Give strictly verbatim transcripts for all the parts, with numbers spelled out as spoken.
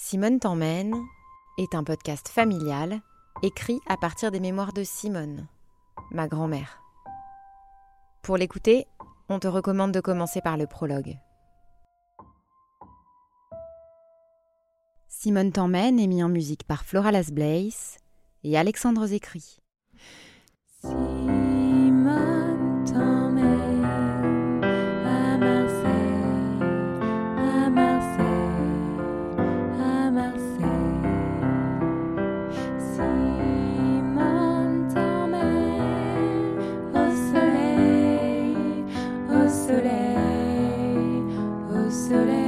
Simone t'emmène est un podcast familial écrit à partir des mémoires de Simone, ma grand-mère. Pour l'écouter, on te recommande de commencer par le prologue. Simone t'emmène est mis en musique par Flora Las-Blaze et Alexandre Zécry. Simone t'emmène à Marseille, à Marseille, à Marseille. Simone t'emmène au soleil, au soleil, au soleil.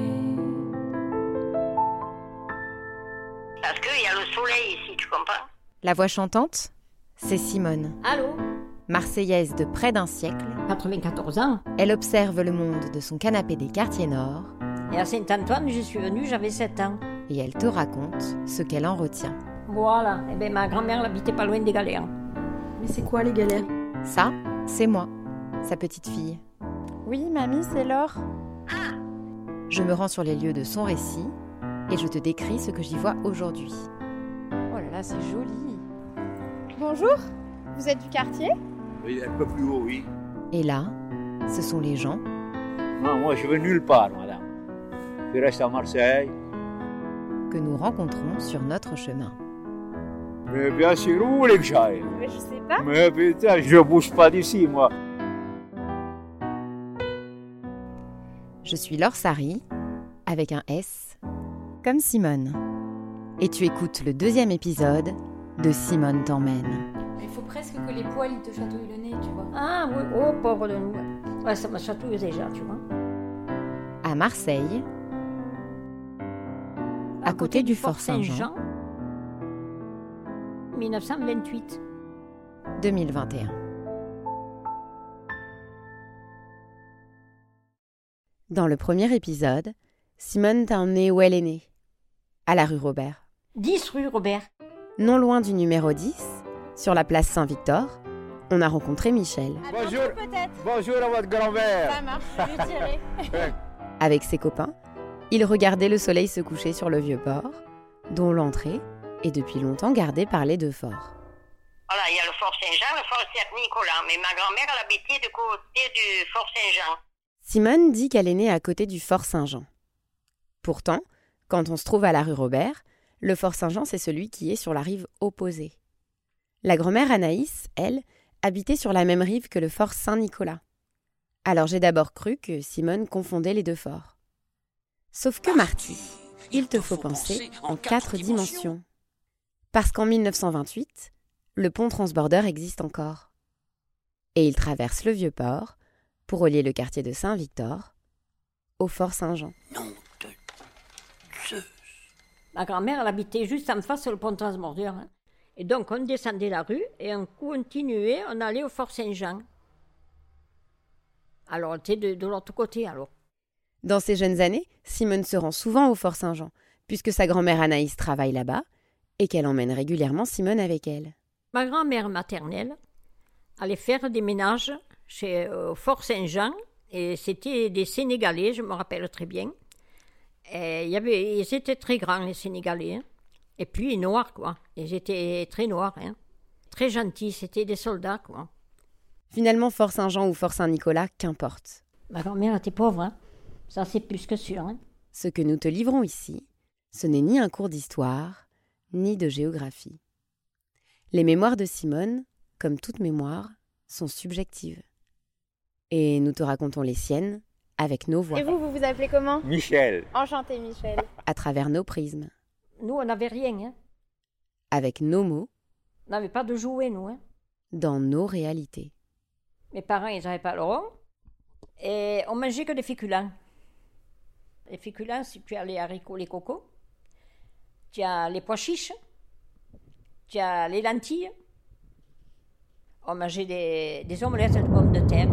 Parce qu'il y a le soleil ici, tu comprends? La voix chantante, c'est Simone. Allô? Marseillaise de près d'un siècle, quatre-vingt-quatorze ans. elle observe le monde de son canapé des quartiers nord Et à Saint-Antoine, je suis venue, j'avais sept ans. et elle te raconte ce qu'elle en retient. Voilà. Eh bien, ma grand-mère, elle habitait pas loin des galères. Mais c'est quoi les galères? Ça, c'est moi, sa petite fille. Oui, mamie, c'est Laure. Je me rends sur les lieux de son récit et je te décris ce que j'y vois aujourd'hui. Oh là là, c'est joli. Bonjour, vous êtes du quartier? Oui, un peu plus haut, oui. Et là, ce sont les gens Non, moi, je vais nulle part, madame. Je reste à Marseille. que nous rencontrons sur notre chemin. Mais bien sûr, où voulez que j'aille? Mais je sais pas. Mais putain, je bouge pas d'ici, moi. Je suis Laure Sari, avec un S, comme Simone. Et tu écoutes le deuxième épisode de Simone t'emmène. Il faut presque que les poils ils te chatouillent le nez, tu vois. Ah oui, oh pauvre de nous. Ouais, ça m'a chatouillé déjà, tu vois. À Marseille, à côté du Fort Saint-Jean, dix-neuf cent vingt-huit. deux mille vingt et un. Dans le premier épisode, Simone t'a emmenée où elle est née, à la rue Robert. dix rue Robert. Non loin du numéro dix, sur la place Saint-Victor, on a rencontré Michel. Bonjour. Peut-être. Bonjour à votre grand-mère. Ça marche, je lui dirai. Avec ses copains, il regardait le soleil se coucher sur le vieux port, dont l'entrée est depuis longtemps gardée par les deux forts. Voilà, il y a le Fort Saint-Jean, le Fort Saint-Nicolas. Mais ma grand-mère, elle habitait du côté du Fort Saint-Jean. Simone dit qu'elle est née à côté du Fort Saint-Jean. Pourtant, quand on se trouve à la rue Robert, le Fort Saint-Jean, c'est celui qui est sur la rive opposée. La grand-mère Anaïs, elle, habitait sur la même rive que le Fort Saint-Nicolas. Alors j'ai d'abord cru que Simone confondait les deux forts. Sauf que Marty, il te faut penser en quatre dimensions. Parce qu'en dix-neuf cent vingt-huit, le pont transbordeur existe encore. Et il traverse le Vieux-Port pour relier le quartier de Saint-Victor au Fort Saint-Jean. Ma grand-mère, elle habitait juste en face sur le pont transbordeur. Hein. Et donc, on descendait la rue et on continuait, on allait au Fort Saint-Jean. Alors, on était de, de l'autre côté, alors. Dans ses jeunes années, Simone se rend souvent au Fort Saint-Jean, puisque sa grand-mère Anaïs travaille là-bas et qu'elle emmène régulièrement Simone avec elle. Ma grand-mère maternelle allait faire des ménages chez, au Fort Saint-Jean, et c'était des Sénégalais, je me rappelle très bien. Et il y avait, ils étaient très grands, les Sénégalais, hein. Et puis noirs, quoi. Ils étaient très noirs, hein. Très gentils, c'était des soldats, quoi. Finalement, Fort Saint-Jean ou Fort Saint-Nicolas, qu'importe. Ma grand-mère était pauvre, hein. Ça c'est plus que sûr, hein. Ce que nous te livrons ici, ce n'est ni un cours d'histoire, ni de géographie. Les mémoires de Simone, comme toute mémoire, sont subjectives. Et nous te racontons les siennes avec nos voix, Et vous, vous vous appelez comment? Michel. Enchantée, Michel. à travers nos prismes, Nous, on n'avait rien, hein. avec nos mots, On n'avait pas de jouets, nous, hein. dans nos réalités. Mes parents, ils n'avaient pas le rond. Et on mangeait que des féculents. Les féculents, si tu as les haricots, les cocos, tu as les pois chiches, tu as les lentilles. On mangeait des, des omelettes de pommes de terre.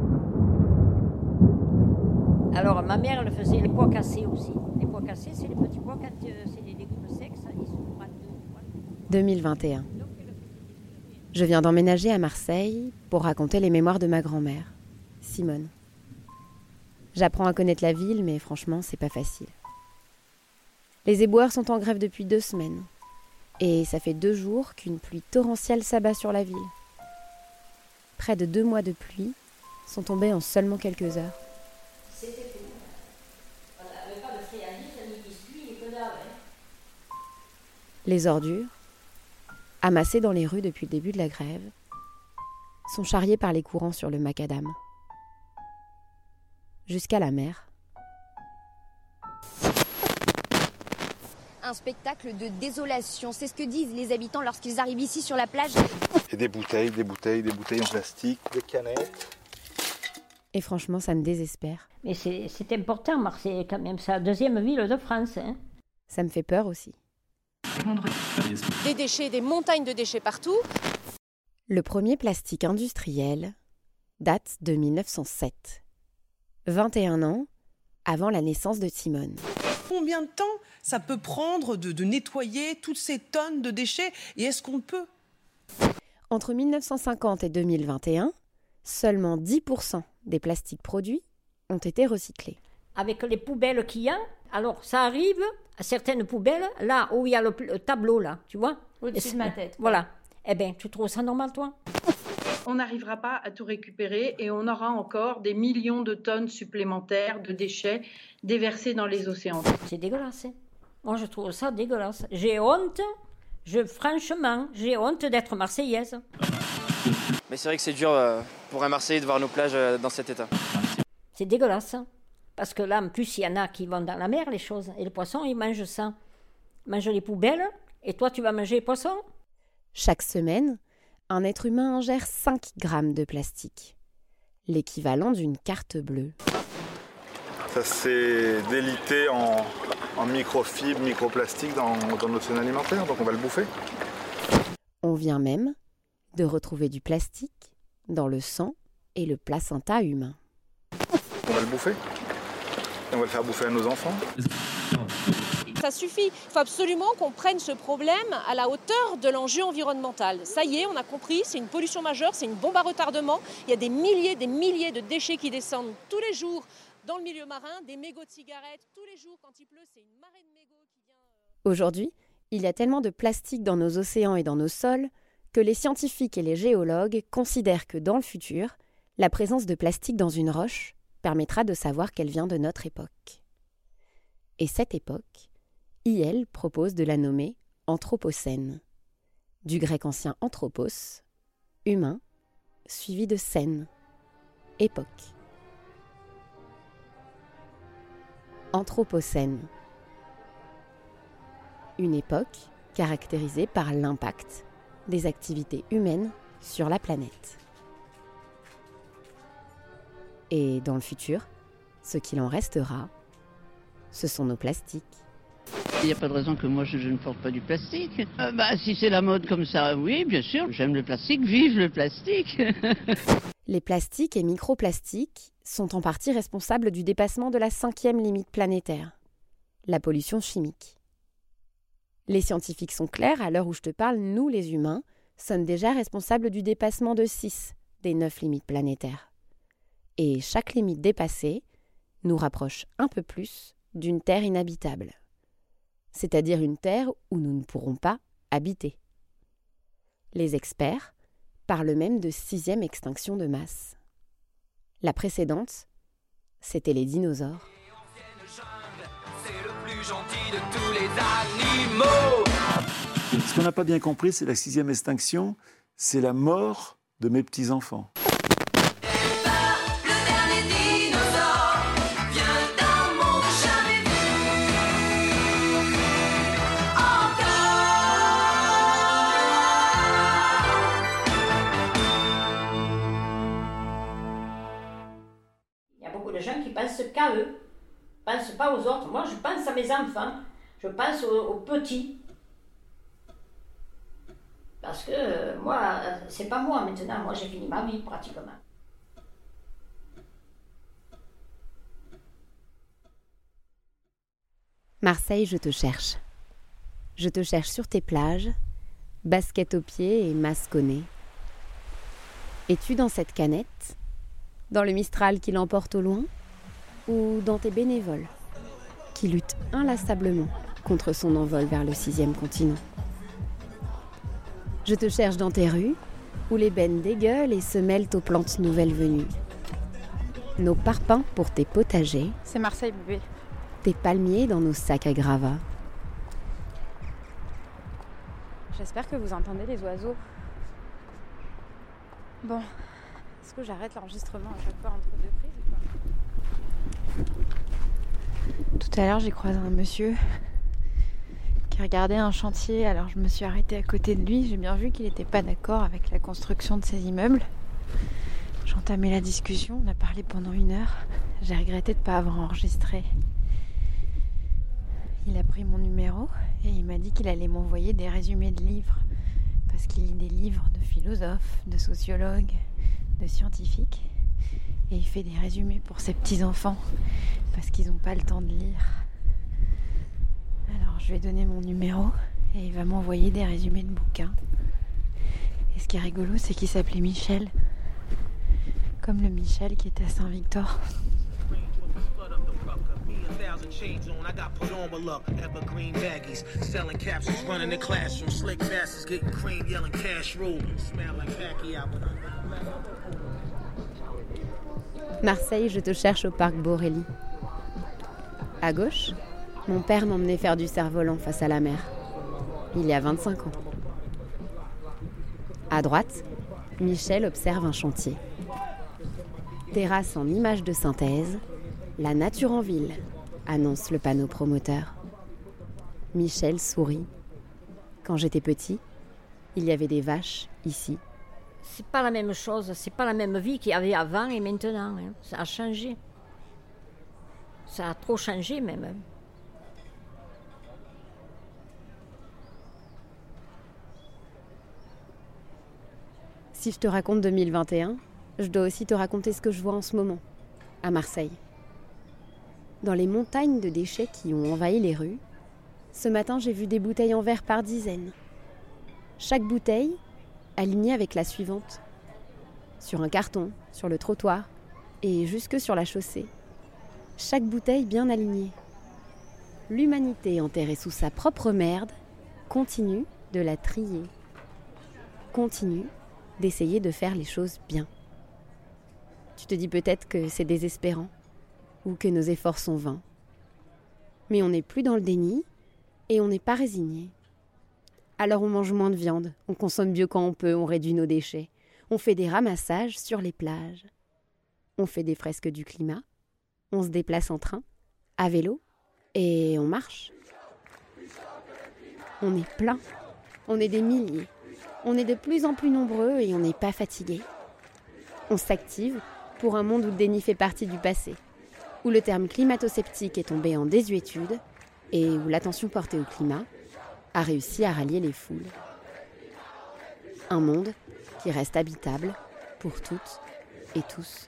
Alors, ma mère, elle faisait les pois cassés aussi. Les pois cassés, c'est les petits pois, quand euh, c'est des légumes secs, ça, ils sont droits de... deux mille vingt et un. Je viens d'emménager à Marseille pour raconter les mémoires de ma grand-mère, Simone. J'apprends à connaître la ville, mais franchement, c'est pas facile. Les éboueurs sont en grève depuis deux semaines. Et ça fait deux jours qu'une pluie torrentielle s'abat sur la ville. Près de deux mois de pluie sont tombés en seulement quelques heures. C'était tout. On n'avait pas de fréaliste, ni biscuits, ni que dalle. Hein. Les ordures, amassées dans les rues depuis le début de la grève, sont charriées par les courants sur le macadam. Jusqu'à la mer. Un spectacle de désolation, c'est ce que disent les habitants lorsqu'ils arrivent ici sur la plage. Et des bouteilles, des bouteilles, des bouteilles en plastique, des canettes. Et franchement, ça me désespère. Mais c'est, c'est important, Marseille, quand même. C'est la deuxième ville de France. Hein. Ça me fait peur aussi. Des déchets, des montagnes de déchets partout. Le premier plastique industriel date de mille neuf cent sept. vingt et un ans avant la naissance de Simone. Combien de temps ça peut prendre de, de nettoyer toutes ces tonnes de déchets? Et est-ce qu'on peut? Entre mille neuf cent cinquante et deux mille vingt et un, seulement dix pour cent des plastiques produits ont été recyclés. Avec les poubelles qu'il y a, alors ça arrive à certaines poubelles, là où il y a le, le tableau, là, tu vois? Au-dessus de ma tête. Voilà. Eh bien, tu trouves ça normal, toi? On n'arrivera pas à tout récupérer et on aura encore des millions de tonnes supplémentaires de déchets déversés dans les océans. C'est dégueulasse. Hein. Moi, je trouve ça dégueulasse. J'ai honte, je, franchement, j'ai honte d'être marseillaise. Mais c'est vrai que c'est dur euh, pour un Marseillais de voir nos plages euh, dans cet état. C'est dégueulasse. Hein. Parce que là, en plus, il y en a qui vont dans la mer, les choses. Et les poissons, ils mangent ça. Ils mangent les poubelles. Et toi, tu vas manger les poissons? Chaque semaine, un être humain ingère cinq grammes de plastique, l'équivalent d'une carte bleue. Ça s'est délité en, en microfibres, microplastiques dans, dans notre chaîne alimentaire, donc on va le bouffer. On vient même de retrouver du plastique dans le sang et le placenta humain. On va le bouffer et on va le faire bouffer à nos enfants. Ça suffit. Il faut absolument qu'on prenne ce problème à la hauteur de l'enjeu environnemental. Ça y est, on a compris, c'est une pollution majeure, c'est une bombe à retardement. Il y a des milliers, des milliers de déchets qui descendent tous les jours dans le milieu marin, des mégots de cigarettes. Tous les jours, quand il pleut, c'est une marée de mégots qui vient... Aujourd'hui, il y a tellement de plastique dans nos océans et dans nos sols que les scientifiques et les géologues considèrent que dans le futur, la présence de plastique dans une roche permettra de savoir qu'elle vient de notre époque. Et cette époque, I L propose de la nommer Anthropocène, du grec ancien anthropos, humain, suivi de scène, époque. Anthropocène, une époque caractérisée par l'impact des activités humaines sur la planète. Et dans le futur, ce qu'il en restera, ce sont nos plastiques. Il n'y a pas de raison que moi je, je ne porte pas du plastique. Euh, bah, si c'est la mode comme ça, oui, bien sûr, j'aime le plastique, vive le plastique. Les plastiques et microplastiques sont en partie responsables du dépassement de la cinquième limite planétaire, la pollution chimique. Les scientifiques sont clairs, à l'heure où je te parle, nous les humains sommes déjà responsables du dépassement de six des neuf limites planétaires. Et chaque limite dépassée nous rapproche un peu plus d'une Terre inhabitable, c'est-à-dire une Terre où nous ne pourrons pas habiter. Les experts parlent même de sixième extinction de masse. La précédente, c'était les dinosaures. Ce qu'on n'a pas bien compris, c'est la sixième extinction, c'est la mort de mes petits-enfants. Il y a beaucoup de gens qui pensent qu'à eux, ne pensent pas aux autres. Moi, je pense à mes enfants, je pense aux, aux petits. Parce que euh, moi, c'est pas moi maintenant, moi j'ai fini ma vie pratiquement. Marseille, je te cherche. Je te cherche sur tes plages, basket aux pieds et masque au nez. Es-tu dans cette canette, dans le Mistral qui l'emporte au loin, ou dans tes bénévoles qui luttent inlassablement contre son envol vers le sixième continent. Je te cherche dans tes rues, où les bennes dégueulent et se mêlent aux plantes nouvelles venues. Nos parpaings pour tes potagers. C'est Marseille, bébé. Tes palmiers dans nos sacs à gravats. J'espère que vous entendez les oiseaux. Bon, est-ce que j'arrête l'enregistrement à chaque fois entre deux prises ou pas ? Tout à l'heure, j'ai croisé un monsieur qui regardait un chantier, alors je me suis arrêtée à côté de lui. J'ai bien vu qu'il n'était pas d'accord avec la construction de ces immeubles. J'ai entamé la discussion, on a parlé pendant une heure. J'ai regretté de ne pas avoir enregistré. Il a pris mon numéro et il m'a dit qu'il allait m'envoyer des résumés de livres. Parce qu'il lit des livres de philosophes, de sociologues, de scientifiques. Et il fait des résumés pour ses petits-enfants. Parce qu'ils n'ont pas le temps de lire. Alors je lui ai donné mon numéro et il va m'envoyer des résumés de bouquins. Et ce qui est rigolo, c'est qu'il s'appelait Michel. Comme le Michel qui était à Saint-Victor. Marseille, je te cherche au parc Borély. À gauche, mon père m'emmenait faire du cerf-volant face à la mer. Il y a vingt-cinq ans. À droite, Michel observe un chantier. Terrasse en images de synthèse, la nature en ville, annonce le panneau promoteur. Michel sourit. Quand j'étais petit, il y avait des vaches ici. C'est pas la même chose, c'est pas la même vie qu'il y avait avant et maintenant. Hein. Ça a changé. Ça a trop changé même. Si je te raconte deux mille vingt et un, je dois aussi te raconter ce que je vois en ce moment, à Marseille. Dans les montagnes de déchets qui ont envahi les rues, ce matin j'ai vu des bouteilles en verre par dizaines. Chaque bouteille alignée avec la suivante. Sur un carton, sur le trottoir et jusque sur la chaussée. Chaque bouteille bien alignée. L'humanité enterrée sous sa propre merde continue de la trier. Continue d'essayer de faire les choses bien. Tu te dis peut-être que c'est désespérant ou que nos efforts sont vains. Mais on n'est plus dans le déni et on n'est pas résigné. Alors on mange moins de viande, on consomme mieux quand on peut, on réduit nos déchets. On fait des ramassages sur les plages. On fait des fresques du climat. On se déplace en train, à vélo et on marche. On est plein. On est des milliers. On est de plus en plus nombreux et on n'est pas fatigué. On s'active pour un monde où le déni fait partie du passé, où le terme climato-sceptique est tombé en désuétude et où l'attention portée au climat a réussi à rallier les foules. Un monde qui reste habitable pour toutes et tous.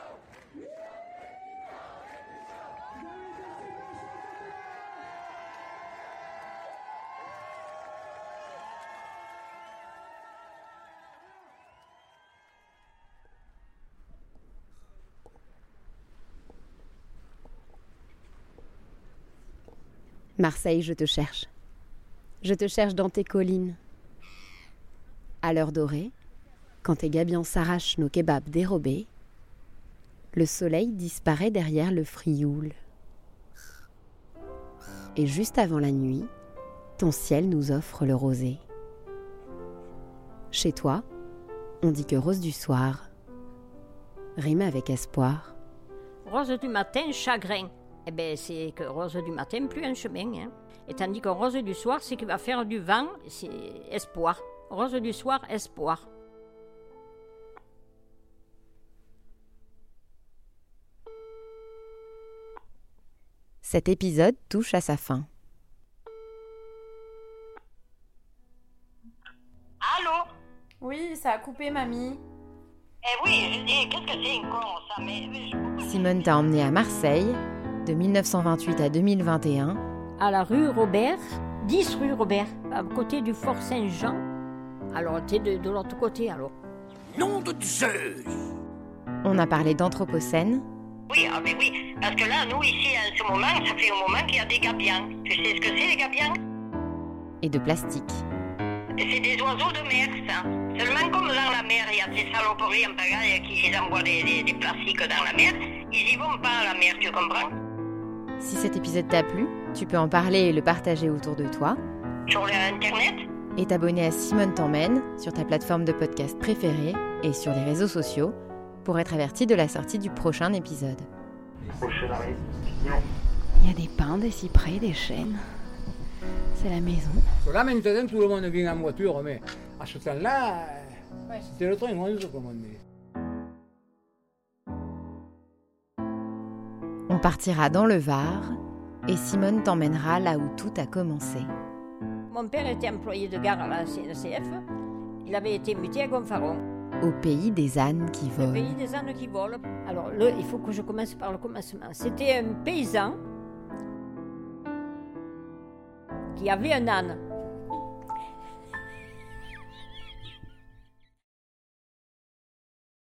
Marseille, je te cherche. Je te cherche dans tes collines. À l'heure dorée, quand tes gabions s'arrachent nos kebabs dérobés, le soleil disparaît derrière le frioul. Et juste avant la nuit, ton ciel nous offre le rosé. Chez toi, on dit que rose du soir rime avec espoir. Rose du matin, chagrin. Eh bien, c'est que rose du matin, plus un chemin. Hein. Et tandis que rose du soir, c'est qu'il va faire du vent, c'est espoir. Rose du soir, espoir. Cet épisode touche à sa fin. Allô? Oui, ça a coupé, mamie. Eh oui, je dis, qu'est-ce que c'est une con, ça? Mais, mais je... Simone t'a emmené à Marseille, de mille neuf cent vingt-huit à deux mille vingt et un. À la rue Robert, dix rue Robert, à côté du Fort Saint-Jean. Alors, t'es de, de l'autre côté, alors. Nom de Zeus! On a parlé d'Anthropocène, Oui, ah mais oui, parce que là, nous, ici, en ce moment, ça fait un moment qu'il y a des gabions. Tu sais ce que c'est, les gabions? Et de plastique. C'est des oiseaux de mer, ça. Seulement comme dans la mer, il y a ces saloperies en pagaille qui envoient des, des, des plastiques dans la mer, ils y vont pas à la mer, tu comprends? Si cet épisode t'a plu, tu peux en parler et le partager autour de toi. Sur Internet. Et t'abonner à Simone t'emmène sur ta plateforme de podcast préférée et sur les réseaux sociaux pour être averti de la sortie du prochain épisode. Il y a des pins, des cyprès, des chênes. C'est la maison. Là maintenant tout le monde vient en voiture, mais à ce temps-là, c'était le train onze comme on dit. On partira dans le Var et Simone t'emmènera là où tout a commencé. Mon père était employé de gare à la C N C F. Il avait été muté à Gonfaron. Au pays des ânes qui volent. Le pays des ânes qui volent. Alors, le, il faut que je commence par le commencement. C'était un paysan qui avait un âne.